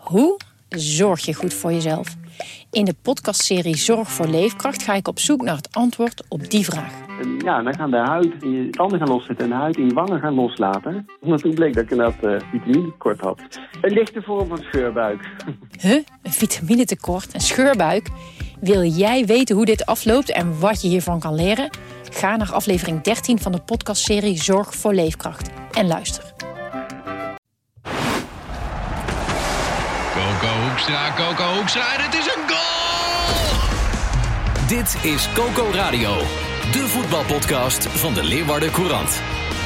Hoe zorg je goed voor jezelf? In de podcastserie Zorg voor Leefkracht ga ik op zoek naar het antwoord op die vraag. Ja, dan gaan de huid in je tanden gaan loszetten en de huid in je wangen gaan loslaten. Omdat toen bleek dat ik inderdaad vitaminetekort had. Een lichte vorm van scheurbuik. Een vitaminetekort, een scheurbuik? Wil jij weten hoe dit afloopt en wat je hiervan kan leren? Ga naar aflevering 13 van de podcastserie Zorg voor Leefkracht en luister. Coco Hoekstra, en het is een goal! Dit is Coco Radio, de voetbalpodcast van de Leeuwarden Courant.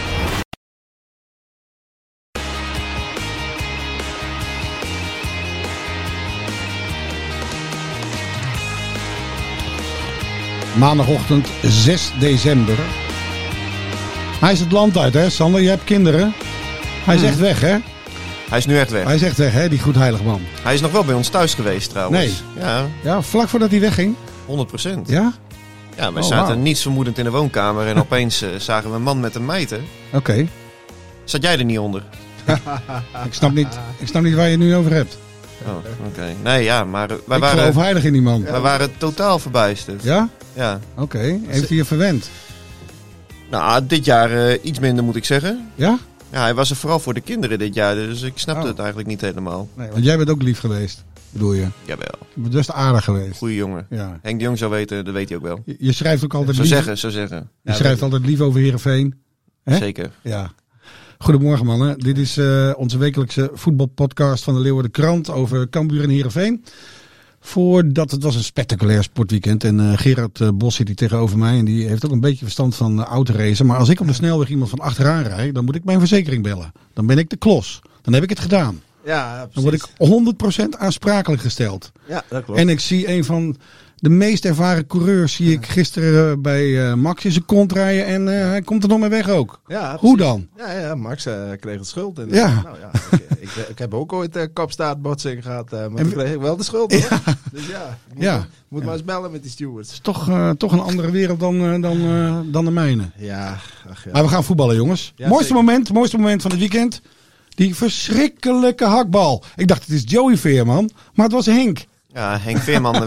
Maandagochtend 6 december. Hij is het land uit, hè, Sander? Je hebt kinderen. Hij is echt weg, hè? Hij is nu echt weg. Hij is echt weg, hè, die goed heilig man. Hij is nog wel bij ons thuis geweest trouwens. Nee. Ja, vlak voordat hij wegging. 100%. Ja? Ja, wij zaten niets vermoedend in de woonkamer en opeens zagen we een man met een meid, hè? Oké. Zat jij er niet onder? Ik snap niet waar je het nu over hebt. Oh, oké. Nee, ja, maar Ik geloof heilig in die man. wij waren totaal verbijsterd. Ja? Ja. Oké. Heeft hij je verwend? Nou, dit jaar iets minder moet ik zeggen. Ja? Ja, hij was er vooral voor de kinderen dit jaar, dus ik snapte het eigenlijk niet helemaal. Nee, want jij bent ook lief geweest, bedoel je? Jawel. Je bent best aardig geweest. Goeie jongen. Ja. Henk de Jong zou weten, dat weet hij ook wel. Je schrijft ook altijd Zo lief. zeggen. Je schrijft altijd lief over Heerenveen. Hè? Zeker. Ja. Goedemorgen mannen. Dit is onze wekelijkse voetbalpodcast van de Leeuwarden Krant over Cambuur en Heerenveen. Voordat het was een spectaculair sportweekend en Gerard Bos zit hier tegenover mij en die heeft ook een beetje verstand van autoracen. Maar als ik op de snelweg iemand van achteraan rijd, dan moet ik mijn verzekering bellen. Dan ben ik de klos. Dan heb ik het gedaan. Ja, dan word ik 100% aansprakelijk gesteld. Ja, dat klopt. En ik zie een van de meest ervaren coureurs zie ik gisteren bij Max in zijn kont rijden en hij komt er nog mee weg ook. Ja, hoe dan? Ja, Max kreeg het schuld. En, ja. Ik heb ook ooit kopstaartbotsing gehad, maar toen kreeg ik wel de schuld. Hoor. Ja. Dus moet maar eens bellen met die stewards. Het is toch een andere wereld dan de mijne. Ja. Maar we gaan voetballen, jongens. Ja, mooiste moment van het weekend. Die verschrikkelijke hakbal. Ik dacht het is Joey Veerman, maar het was Henk. Ja, Henk Veerman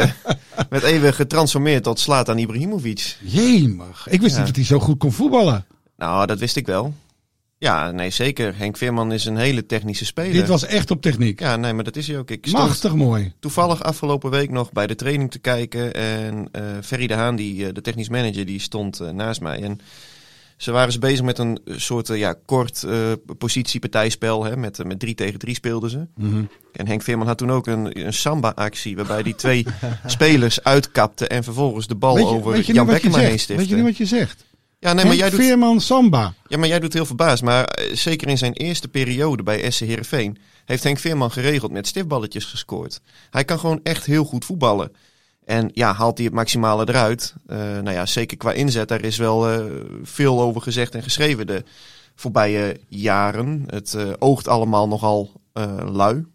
werd even getransformeerd tot Zlatan Ibrahimovic. Jemig. Ik wist niet dat hij zo goed kon voetballen. Nou, dat wist ik wel. Ja, nee, zeker. Henk Veerman is een hele technische speler. Dit was echt op techniek. Ja, nee, maar dat is hij ook. Ik machtig mooi. Toevallig afgelopen week nog bij de training te kijken. En Ferry de Haan, de technisch manager, die stond naast mij. En ze waren bezig met een soort kort positiepartijspel. Hè, met 3 tegen 3 speelden ze. Mm-hmm. En Henk Veerman had toen ook een samba-actie waarbij die 2 spelers uitkapte en vervolgens de bal over Jan Bekkema heen stifte. Weet je niet wat je zegt? Ja, nee, maar jij doet Veerman samba. Ja, maar jij doet heel verbaasd. Maar zeker in zijn eerste periode bij SC Heerenveen heeft Henk Veerman geregeld met stiftballetjes gescoord. Hij kan gewoon echt heel goed voetballen. En ja, haalt hij het maximale eruit. Zeker qua inzet, daar is wel veel over gezegd en geschreven de voorbije jaren. Het oogt allemaal nogal lui.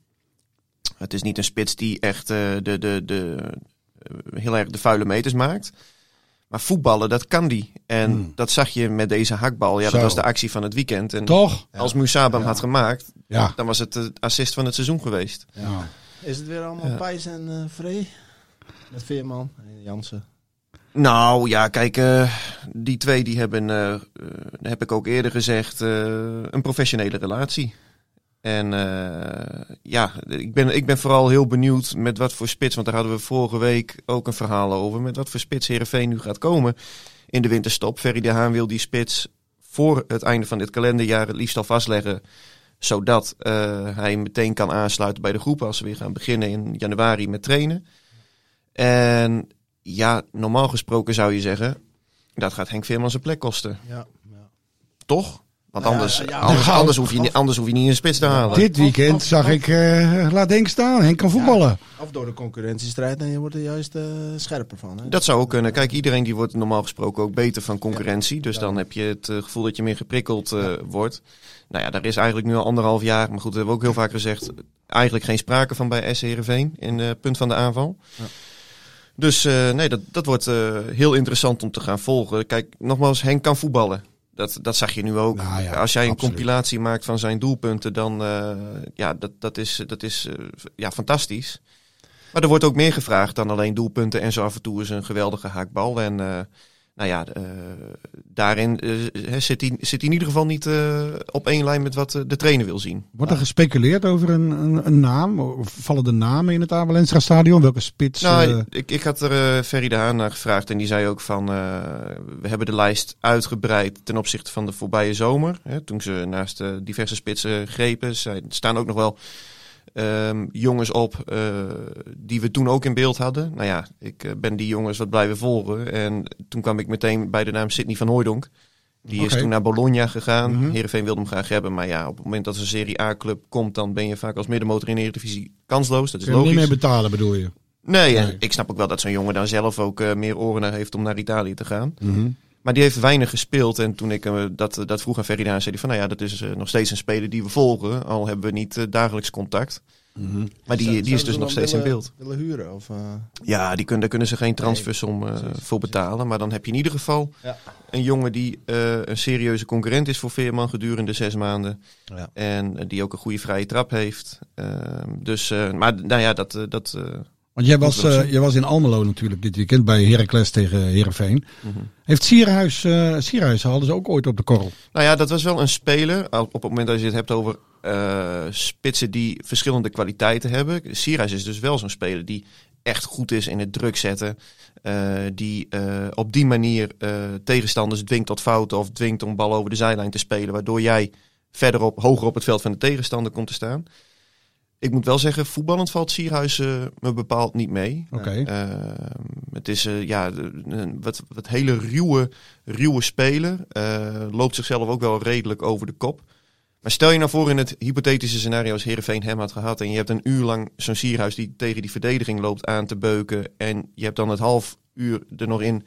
Het is niet een spits die echt heel erg de vuile meters maakt. Maar voetballen, dat kan die. En dat zag je met deze hakbal. Ja, dat was de actie van het weekend. En toch? Als Musaba hem had gemaakt, dan was het de assist van het seizoen geweest. Ja. Is het weer allemaal Pijs en Vree? Met Veerman en Jansen. Nou ja, kijk, die 2 die hebben, heb ik ook eerder gezegd, een professionele relatie. En ik ben vooral heel benieuwd met wat voor spits, want daar hadden we vorige week ook een verhaal over, met wat voor spits Heerenveen nu gaat komen in de winterstop. Ferry de Haan wil die spits voor het einde van dit kalenderjaar het liefst al vastleggen, zodat hij meteen kan aansluiten bij de groep als ze weer gaan beginnen in januari met trainen. En ja, normaal gesproken zou je zeggen, dat gaat Henk Veerman zijn plek kosten. Ja. Toch? Want anders hoef je niet een spits te halen. Dit weekend zag ik laat Henk staan. Henk kan voetballen. Of door de concurrentiestrijd en je wordt er juist scherper van. Hè? Dat zou ook kunnen. Kijk, iedereen die wordt normaal gesproken ook beter van concurrentie. Dus dan heb je het gevoel dat je meer geprikkeld wordt. Nou ja, daar is eigenlijk nu al 1,5 jaar. Maar goed, dat hebben we ook heel vaak gezegd. Eigenlijk geen sprake van bij SC Heerenveen in het punt van de aanval. Ja. Dus dat wordt heel interessant om te gaan volgen. Kijk, nogmaals, Henk kan voetballen. Dat zag je nu ook. Nou ja, als jij een absoluut. compilatie maakt van zijn doelpunten, dan dat is fantastisch. Maar er wordt ook meer gevraagd dan alleen doelpunten. En zo af en toe is een geweldige haakbal. En daarin zit hij in ieder geval niet op één lijn met wat de trainer wil zien. Wordt er gespeculeerd over een naam? Of vallen de namen in het Abel Enstra stadion? Welke spits? Ik had er Ferry de Haan naar gevraagd. En die zei ook van, we hebben de lijst uitgebreid ten opzichte van de voorbije zomer. Hè, toen ze naast diverse spitsen grepen. Er staan ook nog wel jongens op die we toen ook in beeld hadden. Nou ja, ik ben die jongens wat blijven volgen. En toen kwam ik meteen bij de naam Sidney van Hooijdonk. Die is toen naar Bologna gegaan. Mm-hmm. Heerenveen wilde hem graag hebben. Maar ja, op het moment dat er een Serie A-club komt, dan ben je vaak als middenmotor in de Eredivisie kansloos. Dat is Kun je logisch. niet meer betalen, bedoel je? Nee, en ik snap ook wel dat zo'n jongen dan zelf ook meer oren naar heeft om naar Italië te gaan. Mm-hmm. Maar die heeft weinig gespeeld. En toen ik dat vroeg aan Ferry Daan, zei hij van, nou ja, dat is nog steeds een speler die we volgen. Al hebben we niet dagelijks contact. Mm-hmm. Maar die is dus nog steeds in beeld. Willen huren? Of, Ja, daar kunnen ze geen transfersom voor betalen. Maar dan heb je in ieder geval een jongen die een serieuze concurrent is voor Veerman gedurende 6 maanden. Ja. En die ook een goede vrije trap heeft. Maar nou ja, dat Want jij was in Almelo natuurlijk dit weekend bij Heracles tegen Heerenveen. Mm-hmm. Heeft Sierhuis hadden ze ook ooit op de korrel? Nou ja, dat was wel een speler. Op het moment dat je het hebt over spitsen die verschillende kwaliteiten hebben. Sierhuis is dus wel zo'n speler die echt goed is in het druk zetten. Die op die manier tegenstanders dwingt tot fouten of dwingt om bal over de zijlijn te spelen. Waardoor jij hoger op het veld van de tegenstander komt te staan. Ik moet wel zeggen, voetballend valt Sierhuis me bepaald niet mee. Okay. Het is een wat hele ruwe speler. Loopt zichzelf ook wel redelijk over de kop. Maar stel je nou voor in het hypothetische scenario als Heerenveen hem had gehad. En je hebt een uur lang zo'n Sierhuis die tegen die verdediging loopt aan te beuken. En je hebt dan het half uur er nog in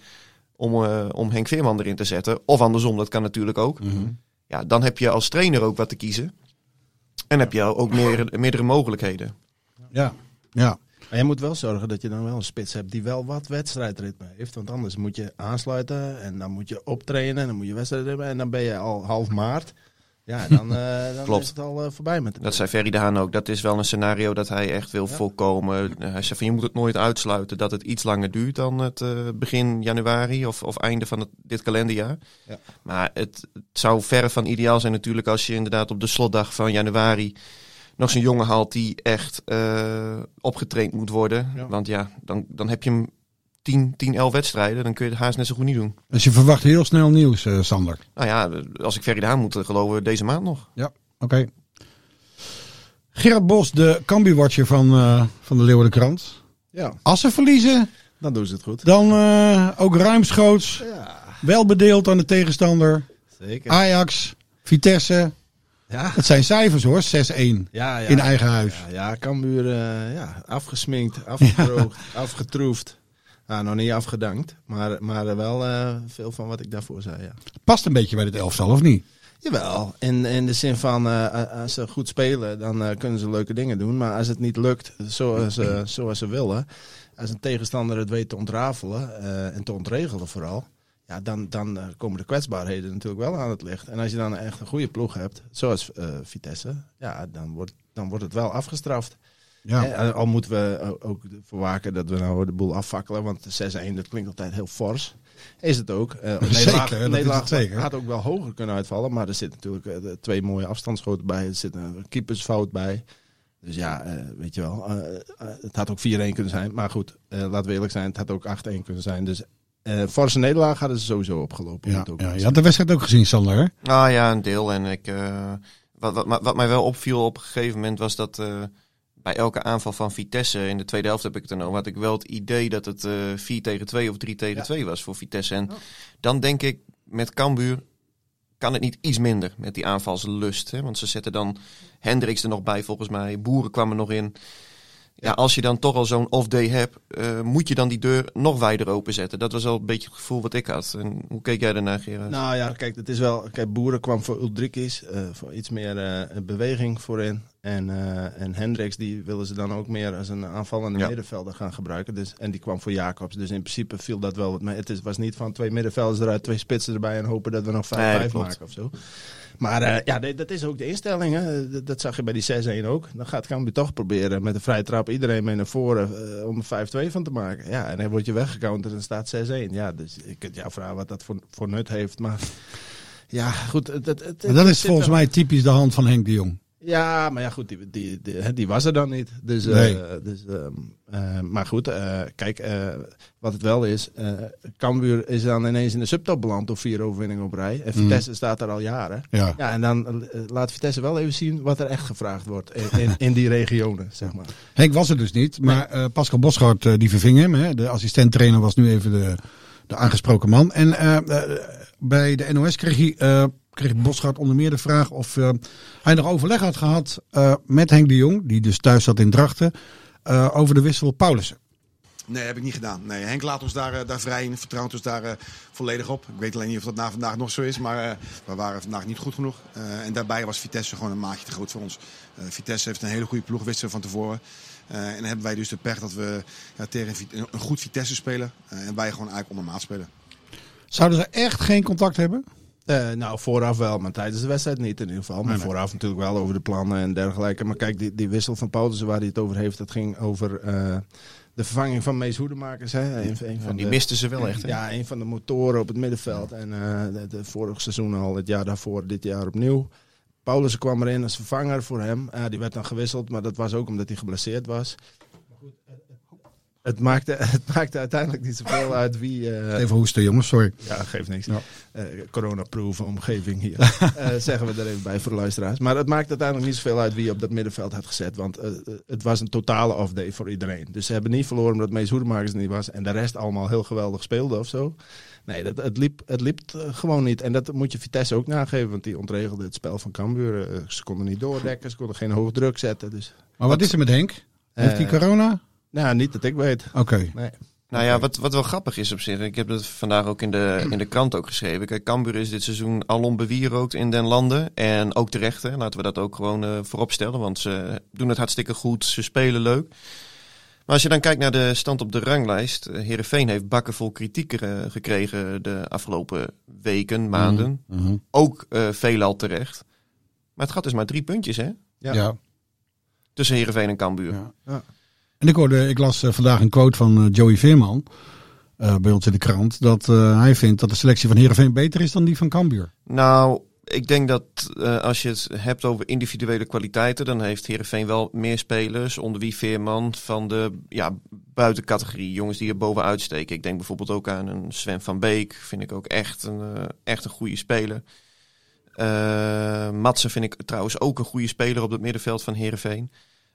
om Henk Veerman erin te zetten. Of andersom, dat kan natuurlijk ook. Mm-hmm. Ja, dan heb je als trainer ook wat te kiezen. En heb je ook meerdere mogelijkheden. Ja. Maar je moet wel zorgen dat je dan wel een spits hebt die wel wat wedstrijdritme heeft. Want anders moet je aansluiten en dan moet je optrainen en dan moet je wedstrijdritme. En dan ben je al half maart. Ja, dan Klopt. is het al voorbij met de Dat zei Ferry de Haan ook. Dat is wel een scenario dat hij echt wil voorkomen. Hij zei van je moet het nooit uitsluiten dat het iets langer duurt dan het begin januari of einde van dit kalenderjaar. Ja. Maar het zou verre van ideaal zijn natuurlijk als je inderdaad op de slotdag van januari nog zo'n jongen haalt die echt opgetraind moet worden. Ja. Want ja, dan heb je hem 10, 11 wedstrijden, dan kun je het haast net zo goed niet doen. Dus je verwacht heel snel nieuws, Sander? Nou ja, als ik Ferry de Haan moet geloven, deze maand nog. Ja, oké. Gerard Bos, de Cambuur-watcher van de Leeuwardenkrant. Ja. Als ze verliezen, dan doen ze het goed. Dan ook ruimschoots, wel bedeeld aan de tegenstander. Zeker. Ajax, Vitesse. Ja. Het zijn cijfers hoor, 6-1 in eigen huis. Ja, Cambuur afgesminkt, afgedroogd, afgetroefd. Nou, nog niet afgedankt, maar wel veel van wat ik daarvoor zei, ja. Past een beetje bij dit elftal, of niet? Jawel, in de zin van als ze goed spelen, dan kunnen ze leuke dingen doen. Maar als het niet lukt zoals ze willen, als een tegenstander het weet te ontrafelen en te ontregelen vooral, ja, dan komen de kwetsbaarheden natuurlijk wel aan het licht. En als je dan echt een goede ploeg hebt, zoals Vitesse, ja, dan wordt het wel afgestraft. Ja. Al moeten we ook voor waken dat we nou de boel afvakkelen. Want 6-1, dat klinkt altijd heel fors. Is het ook. Nederlaag had ook wel hoger kunnen uitvallen. Maar er zitten natuurlijk 2 mooie afstandsschoten bij. Er zit een keepersfout bij. Dus ja, weet je wel. Het had ook 4-1 kunnen zijn. Maar goed, laten we eerlijk zijn. Het had ook 8-1 kunnen zijn. Dus forse nederlaag hadden ze sowieso opgelopen. Je had de wedstrijd ook gezien, Sander, hè? Ah ja, een deel. En wat mij wel opviel op een gegeven moment was dat bij elke aanval van Vitesse, in de tweede helft heb ik het dan over, had ik wel het idee dat het 4-2 of 3-2 was voor Vitesse. En dan denk ik, met Cambuur kan het niet iets minder met die aanvalslust. Hè? Want ze zetten dan Hendricks er nog bij volgens mij, Boeren kwam er nog in. Ja, als je dan toch al zo'n off-day hebt, moet je dan die deur nog wijder openzetten. Dat was al een beetje het gevoel wat ik had. En hoe keek jij daarna, Gerard? Nou ja, kijk, het is wel. Kijk, Boeren kwam voor Uldrikis, voor iets meer beweging voorin. En Hendricks, die willen ze dan ook meer als een aanvallende middenvelder gaan gebruiken. Dus, en die kwam voor Jacobs. Dus in principe viel dat wel wat mee. Was niet van 2 middenvelders eruit, 2 spitsen erbij en hopen dat we nog 5-5 maken of zo. Maar dat is ook de instelling. Hè. Dat zag je bij die 6-1 ook. Dan gaat Cambuur toch proberen met een vrije trap iedereen mee naar voren om er 5-2 van te maken. Ja, en dan word je weggecounterd en staat 6-1. Ja, dus je kunt jou vragen wat dat voor nut heeft. Maar ja, goed. Dat is volgens mij typisch de hand van Henk de Jong. Ja, maar ja, goed, die was er dan niet. Dus, maar goed, kijk, wat het wel is. Cambuur is dan ineens in de subtop beland door 4 overwinningen op rij. En Vitesse staat er al jaren. Ja, en dan laat Vitesse wel even zien wat er echt gevraagd wordt in die regionen, zeg maar. Henk was er dus niet, maar Pascal Boschart die verving hem. Hè. De assistent-trainer was nu even de aangesproken man. En bij de NOS kreeg Boschart onder meer de vraag of hij nog overleg had gehad met Henk de Jong, die dus thuis zat in Drachten, over de wissel Paulussen. Nee, heb ik niet gedaan. Nee, Henk laat ons daar vrij in, vertrouwt ons daar volledig op. Ik weet alleen niet of dat na vandaag nog zo is, maar we waren vandaag niet goed genoeg. En daarbij was Vitesse gewoon een maatje te groot voor ons. Vitesse heeft een hele goede ploegwissel van tevoren. En dan hebben wij dus de pech dat we tegen een goed Vitesse spelen en wij gewoon eigenlijk onder maat spelen. Zouden ze echt geen contact hebben? Nou, vooraf wel, maar tijdens de wedstrijd niet in ieder geval. Maar vooraf natuurlijk wel over de plannen en dergelijke. Maar kijk, die wissel van Paulussen waar hij het over heeft, dat ging over de vervanging van Mees Hoedemakers. Hè. Die misten ze wel echt. Hè? Ja, een van de motoren op het middenveld. En de vorige seizoen al, het jaar daarvoor, dit jaar opnieuw. Paulussen kwam erin als vervanger voor hem. Die werd dan gewisseld, maar dat was ook omdat hij geblesseerd was. Het maakte uiteindelijk niet zoveel uit wie... Even hoesten, jongens, sorry. Ja, geeft niks. Ja. Corona-proof omgeving hier. Zeggen we er even bij voor de luisteraars. Maar het maakt uiteindelijk niet zoveel uit wie op dat middenveld had gezet. Want het was een totale off-day voor iedereen. Dus ze hebben niet verloren omdat Mees Hoedemakers er niet was. En de rest allemaal heel geweldig speelde of zo. Nee, het liep gewoon niet. En dat moet je Vitesse ook nageven. Want die ontregelde het spel van Cambuur. Ze konden niet doordekken. Ze konden geen hoge druk zetten. Dus. Maar wat is er met Henk? Heeft hij corona? Nou, niet dat ik weet. Oké. Nee. Nou ja, wat wel grappig is op zich. Ik heb het vandaag ook in de krant ook geschreven. Kijk, Cambuur is dit seizoen alom bewierookt in den landen. En ook terecht, hè. Laten we dat ook gewoon voorop stellen. Want ze doen het hartstikke goed. Ze spelen leuk. Maar als je dan kijkt naar de stand op de ranglijst. Heerenveen heeft bakken vol kritiek gekregen de afgelopen weken, maanden. Mm-hmm. Ook veelal terecht. Maar het gaat dus maar 3 puntjes, hè? Ja. Tussen Heerenveen en Cambuur. Ja. En ik las vandaag een quote van Joey Veerman bij ons in de krant. Dat hij vindt dat de selectie van Heerenveen beter is dan die van Cambuur. Nou, ik denk dat als je het hebt over individuele kwaliteiten, dan heeft Heerenveen wel meer spelers. Onder wie Veerman van de buitencategorie. Jongens die er bovenuit steken. Ik denk bijvoorbeeld ook aan een Sven van Beek. Vind ik ook echt een goede speler. Madsen vind ik trouwens ook een goede speler op het middenveld van Heerenveen.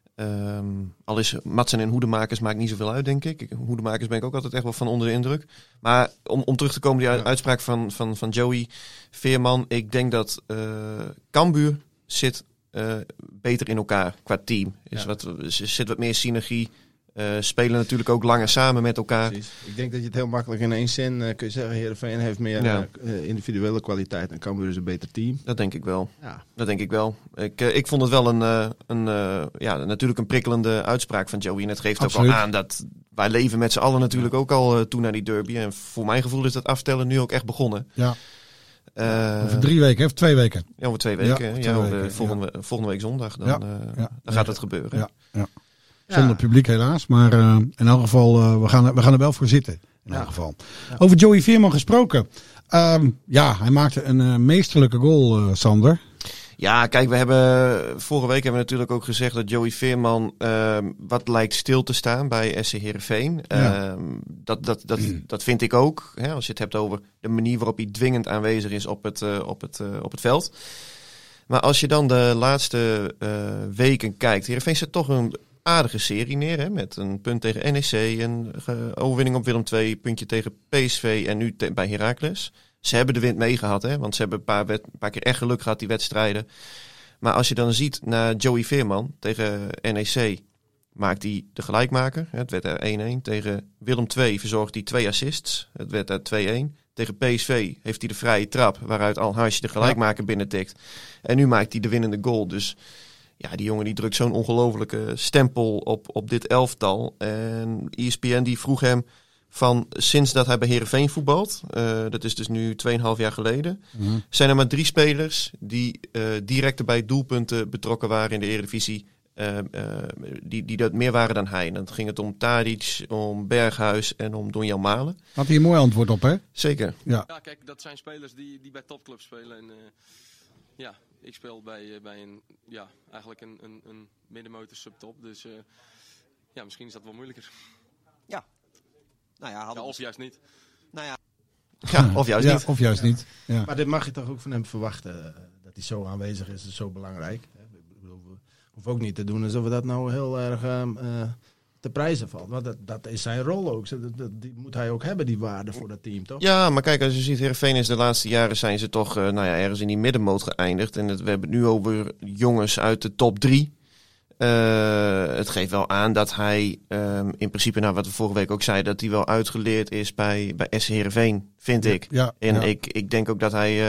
Al is Madsen en Hoedemakers maakt niet zoveel uit, denk ik. Hoedemakers ben ik ook altijd echt wel van onder de indruk. Maar om terug te komen, die uitspraak van Joey Veerman. Ik denk dat Cambuur zit beter in elkaar qua team. Er zit wat meer synergie. Spelen natuurlijk ook langer samen met elkaar. Precies. Ik denk dat je het heel makkelijk in één zin kun je zeggen. Heerenveen heeft meer individuele kwaliteit en Cambuur is een beter team. Dat denk ik wel. Ja. Dat denk ik wel. Ik vond het wel natuurlijk een prikkelende uitspraak van Joey. En het geeft Absoluut. Ook al aan dat wij leven met z'n allen natuurlijk ook al toe naar die derby. En voor mijn gevoel is dat aftellen nu ook echt begonnen. Ja. Over 3 weken, of 2 weken? Ja, over 2 weken. Volgende week zondag. Dan gaat het gebeuren. Ja. Zonder publiek helaas, maar in elk geval, we gaan er wel voor zitten. In elk geval. Ja. Over Joey Veerman gesproken. Hij maakte een meesterlijke goal, Sander. Ja, kijk, vorige week hebben we natuurlijk ook gezegd dat Joey Veerman wat lijkt stil te staan bij SC Heerenveen. Ja. Dat vind ik ook. Hè, als je het hebt over de manier waarop hij dwingend aanwezig is op het veld. Maar als je dan de laatste weken kijkt, Heerenveen zet toch een aardige serie neer, hè, met een punt tegen NEC, een overwinning op Willem II, puntje tegen PSV en nu bij Heracles. Ze hebben de wind meegehad, hè, want ze hebben een paar keer echt geluk gehad, die wedstrijden. Maar als je dan ziet naar Joey Veerman tegen NEC, maakt hij de gelijkmaker. Het werd er 1-1. Tegen Willem II verzorgt hij 2 assists. Het werd er 2-1. Tegen PSV heeft hij de vrije trap, waaruit Al Haji de gelijkmaker binnentikt. En nu maakt hij de winnende goal. Dus Ja, die jongen die drukt zo'n ongelofelijke stempel op dit elftal. En ESPN die vroeg hem van sinds dat hij bij Heerenveen voetbalt, dat is dus nu 2,5 jaar geleden, zijn er maar 3 spelers die direct bij doelpunten betrokken waren in de Eredivisie. Die dat meer waren dan hij. En dan ging het om Tadic, om Berghuis en om Donjan Malen. Had hij een mooi antwoord op, hè? Zeker. Ja, kijk, dat zijn spelers die bij topclubs spelen. En ik speel bij eigenlijk een middenmotor subtop. Dus misschien is dat wel moeilijker. Ja. Nou ja, of juist niet. Nou ja. Ja, of juist niet. Of juist niet. Ja. Maar dit mag je toch ook van hem verwachten. Dat hij zo aanwezig is zo belangrijk. We hoeven ook niet te doen alsof we dat nou heel erg te prijzen valt. Want dat is zijn rol ook. Die moet hij ook hebben, die waarde voor dat team, toch? Ja, maar kijk, als je ziet, Heerenveen is de laatste jaren zijn ze toch ergens in die middenmoot geëindigd. En we hebben het nu over jongens uit de top 3. Het geeft wel aan dat hij in principe, wat we vorige week ook zeiden, dat hij wel uitgeleerd is bij SC Heerenveen, vind ik. Ja, en ik denk ook dat hij,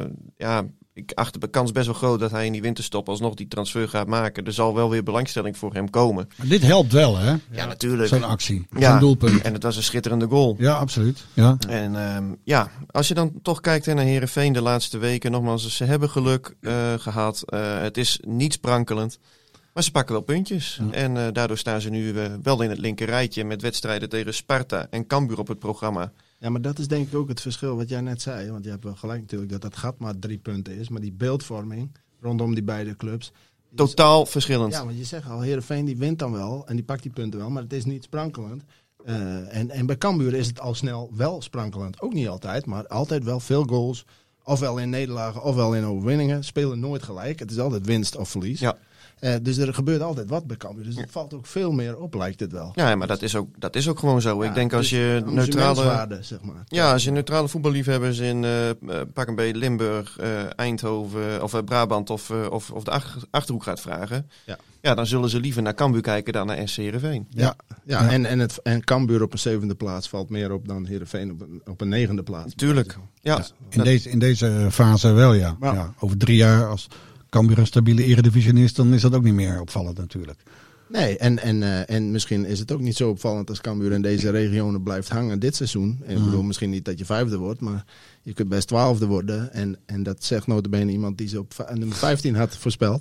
ik acht de kans best wel groot dat hij in die winterstop alsnog die transfer gaat maken. Er zal wel weer belangstelling voor hem komen. Maar dit helpt wel, hè? Ja, natuurlijk. Zo'n actie, zo'n doelpunt. En het was een schitterende goal. Ja, absoluut. Ja. En als je dan toch kijkt naar Heerenveen de laatste weken, nogmaals, ze hebben geluk gehad. Het is niet sprankelend. Maar ze pakken wel puntjes. Ja. En daardoor staan ze nu wel in het linker rijtje met wedstrijden tegen Sparta en Cambuur op het programma. Ja, maar dat is denk ik ook het verschil wat jij net zei. Want je hebt wel gelijk natuurlijk dat gat maar 3 punten is. Maar die beeldvorming rondom die beide clubs. Totaal verschillend. Ja, want je zegt al, Heerenveen die wint dan wel en die pakt die punten wel. Maar het is niet sprankelend. En bij Cambuur is het al snel wel sprankelend. Ook niet altijd, maar altijd wel veel goals. Ofwel in nederlagen, ofwel in overwinningen. Spelen nooit gelijk. Het is altijd winst of verlies. Ja. Dus er gebeurt altijd wat bij Cambuur. Dus het valt ook veel meer op, lijkt het wel. Ja, maar dat is ook gewoon zo. Ja, ik denk als je neutrale, zeg maar. Ja, als je neutrale voetballiefhebbers in pak een beetje Limburg, Eindhoven of Brabant of de Achterhoek gaat vragen. Ja, dan zullen ze liever naar Cambuur kijken dan naar SC Heerenveen. Ja. En Cambuur op een 7e plaats valt meer op dan Heerenveen op een 9e plaats. Tuurlijk. Ja. In deze fase wel, ja. Over 3 jaar als Cambuur een stabiele eredivisionist, dan is dat ook niet meer opvallend natuurlijk. Nee, en misschien is het ook niet zo opvallend als Cambuur in deze regionen blijft hangen dit seizoen. En ik bedoel misschien niet dat je 5e wordt, maar je kunt best 12e worden. En dat zegt nota bene iemand die ze op nummer 15 had voorspeld.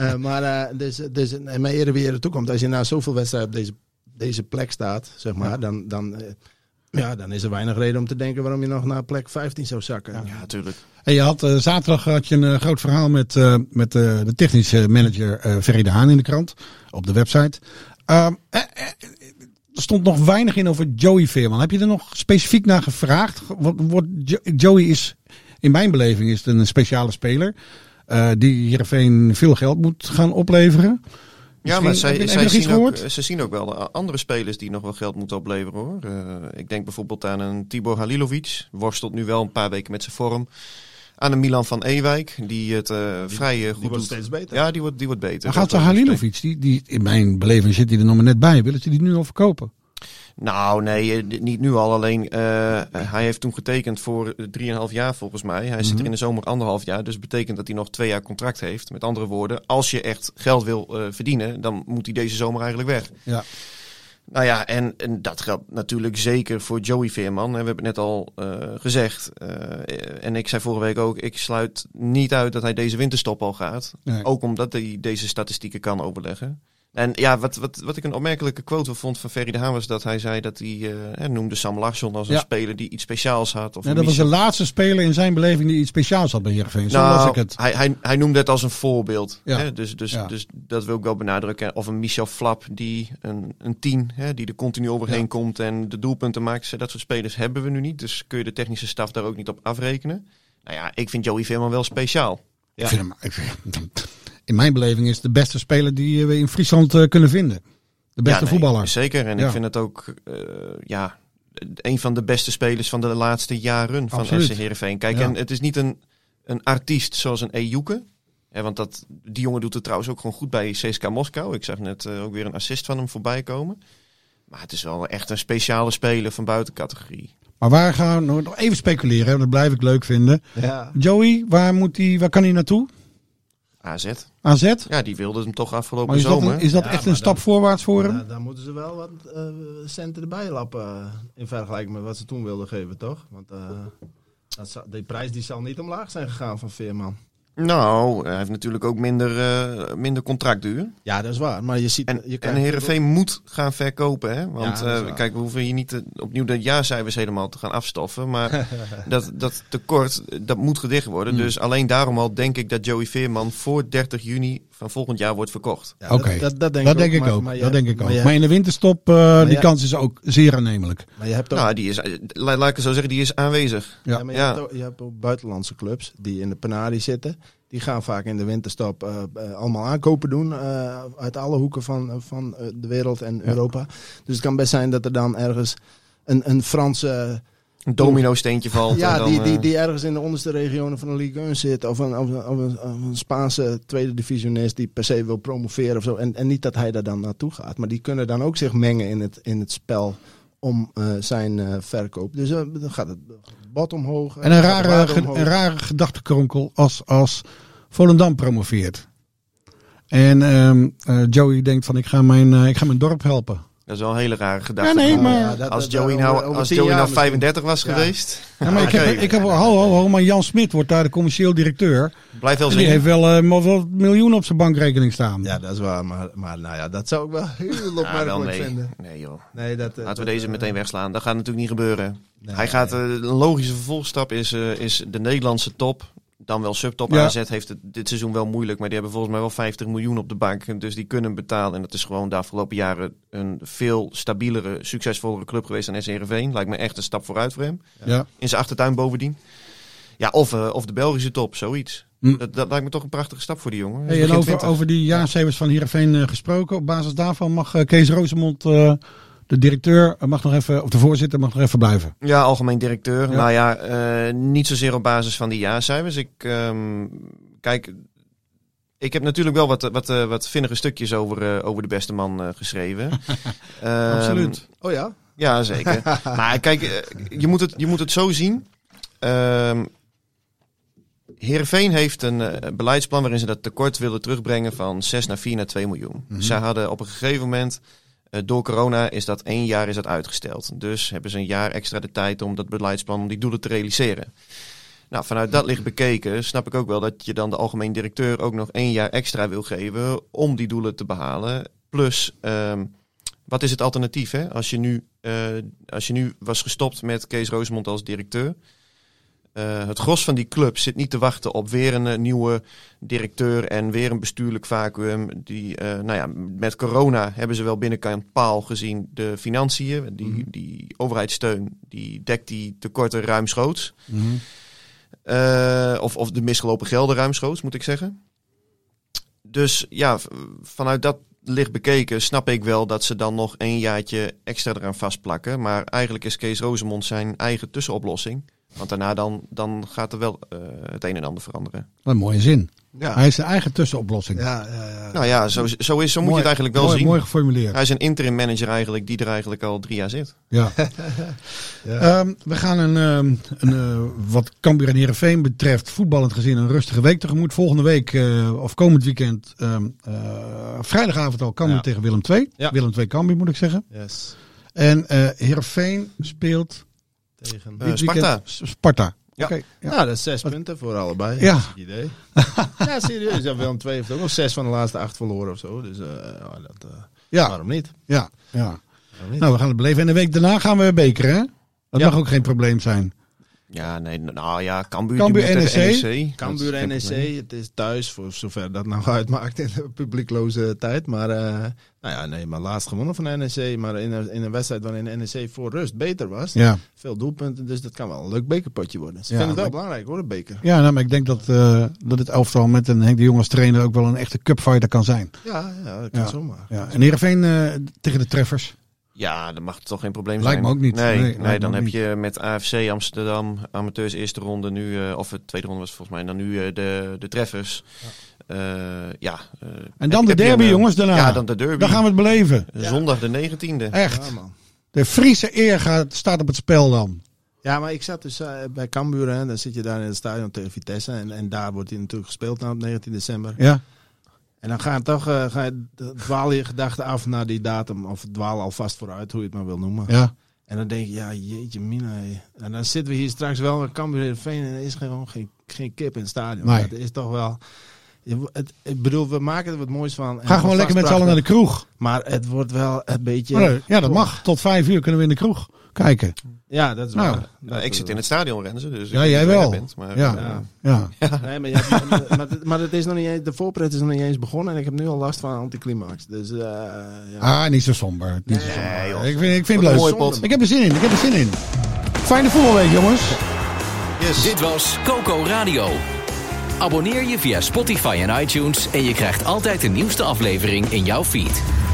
Dus in mijn eerder toekomst, als je na zoveel wedstrijden op deze plek staat, zeg maar, dan is er weinig reden om te denken waarom je nog naar plek 15 zou zakken. Ja, natuurlijk. En je had zaterdag een groot verhaal met de technische manager Ferry de Haan in de krant, op de website. Er stond nog weinig in over Joey Veerman. Heb je er nog specifiek naar gevraagd? Joey is, in mijn beleving, is het een speciale speler die Heerenveen veel geld moet gaan opleveren. Ja, maar ze zien ook wel andere spelers die nog wel geld moeten opleveren, hoor. Ik denk bijvoorbeeld aan een Tibor Halilovic. Worstelt nu wel een paar weken met zijn vorm. Aan een Milan van Ewijk, die het vrij goed doet. Die wordt steeds beter. Ja, die wordt beter. Maar gaat de Halilovic, die in mijn beleving zit hij er nog maar net bij. Willen ze die nu al verkopen? Nou, nee, niet nu al. Alleen, hij heeft toen getekend voor 3,5 jaar volgens mij. Hij zit er in de zomer 1,5 jaar. Dus betekent dat hij nog 2 jaar contract heeft. Met andere woorden, als je echt geld wil verdienen, dan moet hij deze zomer eigenlijk weg. Ja. Nou ja, en dat geldt natuurlijk zeker voor Joey Veerman. We hebben het net al gezegd. En ik zei vorige week ook, ik sluit niet uit dat hij deze winterstop al gaat. Nee. Ook omdat hij deze statistieken kan overleggen. En ja, wat ik een opmerkelijke quote vond van Ferry de Haan was dat hij zei dat hij noemde Sam Larsson als een speler die iets speciaals had. Of dat was de laatste speler in zijn beleving die iets speciaals had bij Heerenveen. Zo las ik het. Hij noemde het als een voorbeeld. Ja. Hè? Dus dat wil ik wel benadrukken. Of een Michel Flap die een 10, die er continu overheen komt en de doelpunten maakt. Dat soort spelers hebben we nu niet. Dus kun je de technische staf daar ook niet op afrekenen. Nou ja, ik vind Joey Veerman wel speciaal. Ja. In mijn beleving is het de beste speler die we in Friesland kunnen vinden. De beste voetballer. Zeker. En ik vind het ook een van de beste spelers van de laatste jaren van SC Heerenveen. Kijk, en het is niet een artiest zoals een Ejuke. Want die jongen doet het trouwens ook gewoon goed bij CSKA Moskou. Ik zag net ook weer een assist van hem voorbij komen. Maar het is wel echt een speciale speler van buitencategorie. Maar waar gaan we nog even speculeren? Dat blijf ik leuk vinden. Ja. Joey, waar kan hij naartoe? AZ? Ja, die wilden hem toch afgelopen maar zomer. Is dat echt een stap voorwaarts voor hem? Dan moeten ze wel wat centen erbij lappen in vergelijking met wat ze toen wilden geven, toch? Want die prijs die zal niet omlaag zijn gegaan van Veerman. Nou, hij heeft natuurlijk ook minder contractduur. Ja, dat is waar. Maar je ziet, en Heerenveen moet gaan verkopen. Hè? Want kijk, we hoeven hier niet opnieuw de jaarcijfers helemaal te gaan afstoffen. Maar dat tekort, dat moet gedicht worden. Dus alleen daarom al denk ik dat Joey Veerman voor 30 juni van volgend jaar wordt verkocht. Ja, Oké, dat denk ik ook. Maar in de winterstop, die kans is ook zeer aannemelijk. Maar je hebt ook... Nou, die is, laat ik het zo zeggen, die is aanwezig. Ja, maar je hebt ook buitenlandse clubs die in de penarie zitten. Die gaan vaak in de winterstop allemaal aankopen doen uit alle hoeken van de wereld en Europa. Dus het kan best zijn dat er dan ergens een Franse... Een domino-steentje valt. Ja, en dan, die ergens in de onderste regionen van de Ligue 1 zit. Of een Spaanse tweede divisionist die per se wil promoveren of zo. En niet dat hij daar dan naartoe gaat. Maar die kunnen dan ook zich mengen in het spel om zijn verkoop. Dus dan gaat het bod omhoog. En een rare gedachtenkronkel als Volendam promoveert. En Joey denkt van ik ga mijn dorp helpen. Dat is wel een hele rare gedachte. Ja, nee, maar... Als Joey nou 35 was geweest... Ja, maar ik heb maar Jan Smit wordt daar de commercieel directeur. Blijf wel zien. Die heeft wel miljoenen op zijn bankrekening staan. Ja, dat is waar. Maar nou ja, dat zou ik wel heel opmerkelijk vinden. Nee joh. Nee, laten we deze meteen wegslaan. Dat gaat natuurlijk niet gebeuren. Nee, hij gaat, een logische vervolgstap is de Nederlandse top. Dan wel subtop. Ja. AZ heeft het dit seizoen wel moeilijk. Maar die hebben volgens mij wel 50 miljoen op de bank. Dus die kunnen betalen. En dat is gewoon de afgelopen jaren een veel stabielere, succesvollere club geweest dan SC Heerenveen. Lijkt me echt een stap vooruit voor hem. Ja. In zijn achtertuin bovendien. Ja, of de Belgische top, zoiets. Dat lijkt me toch een prachtige stap voor die jongen. Hey, en over die jaarcijfers van Heerenveen gesproken. Op basis daarvan mag Kees Rosemond... de directeur mag nog even, of de voorzitter mag nog even blijven. Ja, algemeen directeur. Ja. Nou ja, niet zozeer op basis van die jaarcijfers. Kijk, ik heb natuurlijk wel wat vinnige stukjes over de beste man geschreven. Absoluut. Oh ja? Ja, zeker. Maar kijk, je moet het zo zien. Heerenveen heeft een beleidsplan waarin ze dat tekort willen terugbrengen van 6 naar 4 naar 2 miljoen. Mm-hmm. Zij hadden op een gegeven moment... door corona is dat 1 jaar uitgesteld. Dus hebben ze een jaar extra de tijd om dat beleidsplan, om die doelen te realiseren. Nou, vanuit dat licht bekeken snap ik ook wel dat je dan de algemeen directeur ook nog 1 jaar extra wil geven om die doelen te behalen. Plus, wat is het alternatief? Hè? Als je nu was gestopt met Kees Rosemond als directeur. Het gros van die club zit niet te wachten op weer een nieuwe directeur en weer een bestuurlijk vacuüm. Met corona hebben ze wel binnenkant paal gezien de financiën. Die overheidssteun, die dekt die tekorten ruimschoots. Mm-hmm. Of de misgelopen gelden ruimschoots, moet ik zeggen. Dus ja, vanuit dat licht bekeken snap ik wel dat ze dan nog 1 jaartje extra eraan vastplakken. Maar eigenlijk is Kees Rosemond zijn eigen tussenoplossing. Want daarna dan gaat er wel het een en ander veranderen. Wat een mooie zin. Ja. Hij is zijn eigen tussenoplossing. Ja. Nou ja, zo moet je het eigenlijk wel zien. Mooi geformuleerd. Hij is een interim manager eigenlijk die er eigenlijk al 3 jaar zit. Ja. We gaan wat Cambuur en Heerenveen betreft voetballend gezien een rustige week tegemoet. Volgende week of komend weekend vrijdagavond al Cambuur tegen Willem II. Ja. Willem II Cambuur moet ik zeggen. Yes. En Heerenveen speelt... tegen Sparta. Ja. Okay, ja. Nou, dat is 6 punten voor allebei. Ja. Idee. Ja, serieus. Ja, Willem II heeft ook nog 6 van de laatste 8 verloren of zo. Dus waarom niet? Ja. Nou, we gaan het beleven. En de week daarna gaan we bekeren, hè? Dat mag ook geen probleem zijn. Ja, nee, nou ja, Cambuur NEC. Cambuur NEC, het is thuis, voor zover dat nou uitmaakt in de publiekloze tijd. Maar, maar laatst gewonnen van NEC. Maar in een wedstrijd waarin NEC voor rust beter was. Ja. Veel doelpunten, dus dat kan wel een leuk bekerpotje worden. Ze vinden het wel belangrijk hoor, een beker. Ja, nou, maar ik denk dat het elftal met een Henk de Jong als trainer ook wel een echte cupfighter kan zijn. Ja, dat kan zomaar. Ja. En Heerenveen tegen de treffers. Ja, dat mag toch geen probleem zijn. Lijkt me ook niet. Nee, dan heb je met AFC Amsterdam, amateurs eerste ronde nu, of de tweede ronde was het volgens mij, dan nu de treffers. En dan de derby, jongens, daarna. Ja, dan de derby. Dan gaan we het beleven. Zondag de 19e. Echt. Ja, man. De Friese eer staat op het spel dan. Ja, maar ik zat dus bij Cambuur. Hè, dan zit je daar in het stadion tegen Vitesse. En daar wordt hij natuurlijk gespeeld op 19 december. Ja. En dan dwaal je gedachten af naar die datum. Of dwaal alvast vooruit, hoe je het maar wil noemen. Ja. En dan denk je, ja, jeetje mina. En dan zitten we hier straks wel met Cambuur Heerenveen. En er is gewoon geen kip in het stadion. Nee. Dat is toch wel... Ik bedoel, we maken er wat moois van. Ga gewoon lekker met z'n allen naar de kroeg. Maar het wordt wel een beetje... Ja, dat mag. Tot 5 uur kunnen we in de kroeg kijken. Ja, dat is waar. Ik zit in het stadion, Renze. Dus ja, jij wel. Ja. Nee, maar het is nog niet eens, de voorpret is nog niet eens begonnen. En ik heb nu al last van anticlimax. Dus, niet zo somber. Niet zo somber. Joh. Ik vind het leuk. Ik heb er zin in. Fijne voetbalweek, jongens. Yes. Dit was Coco Radio. Abonneer je via Spotify en iTunes en je krijgt altijd de nieuwste aflevering in jouw feed.